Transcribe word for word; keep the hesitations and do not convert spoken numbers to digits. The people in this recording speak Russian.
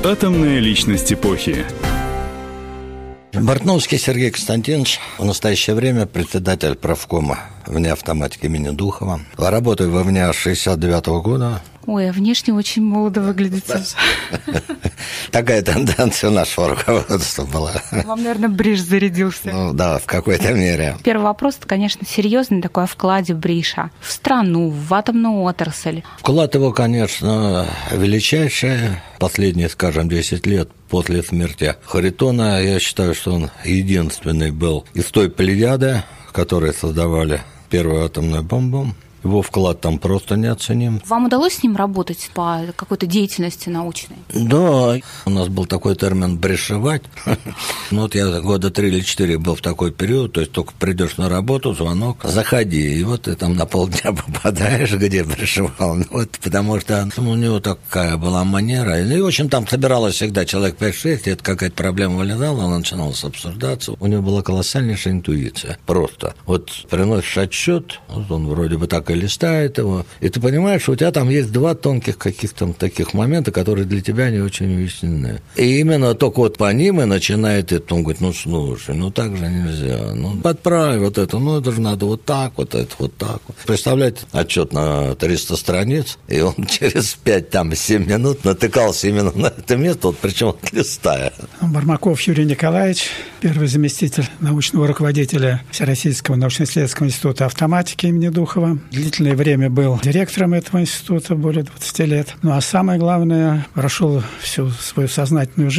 Атомная личность эпохи. Бортновский Сергей Константинович, в настоящее время председатель правкома внеавтоматики имени Духова. Работаю во ВНИА с шестьдесят девятого года. Ой, а внешне очень молодо выглядите. Такая тенденция нашего руководства была. Вам, наверное, бридж зарядился. Ну да, в какой-то мере. Первый вопрос, это, конечно, серьезный такой о вкладе бриджа в страну, в атомную отрасль. Вклад его, конечно, величайший. Последние, скажем, десять лет после смерти Харитона, я считаю, что он единственный был из той плеяды, которые создавали первую атомную бомбу. Его вклад там просто неоценим. Вам удалось с ним работать по какой-то деятельности научной? Да, у нас был такой термин «брешевать». Ну вот я года три или четыре был в такой период, то есть только придешь на работу, звонок, заходи, и вот ты там на полдня попадаешь, где брешевал. Ну, вот, потому что у него такая была манера. И, в общем, там собиралось всегда человек пять-шесть, и это какая-то проблема вылезала, она начиналась обсуждаться. У него была колоссальнейшая интуиция. Просто. Вот приносишь отчет, вот он вроде бы так и листает его, и ты понимаешь, что у тебя там есть два тонких каких-то таких момента, которые для тебя не очень уяснены. И именно только вот по ним и начинает это, он говорит, ну слушай, ну так же нельзя, ну подправь вот это, ну это же надо вот так, вот это вот так. Представляете, отчет на триста страниц, и он через пять, там, семь минут натыкался именно на это место, вот причем листая. Бармаков Юрий Николаевич, первый заместитель научного руководителя Всероссийского научно-исследовательского института автоматики имени Духова. Длительное время был директором этого института, более двадцати лет. Ну а самое главное, прошел всю свою сознательную жизнь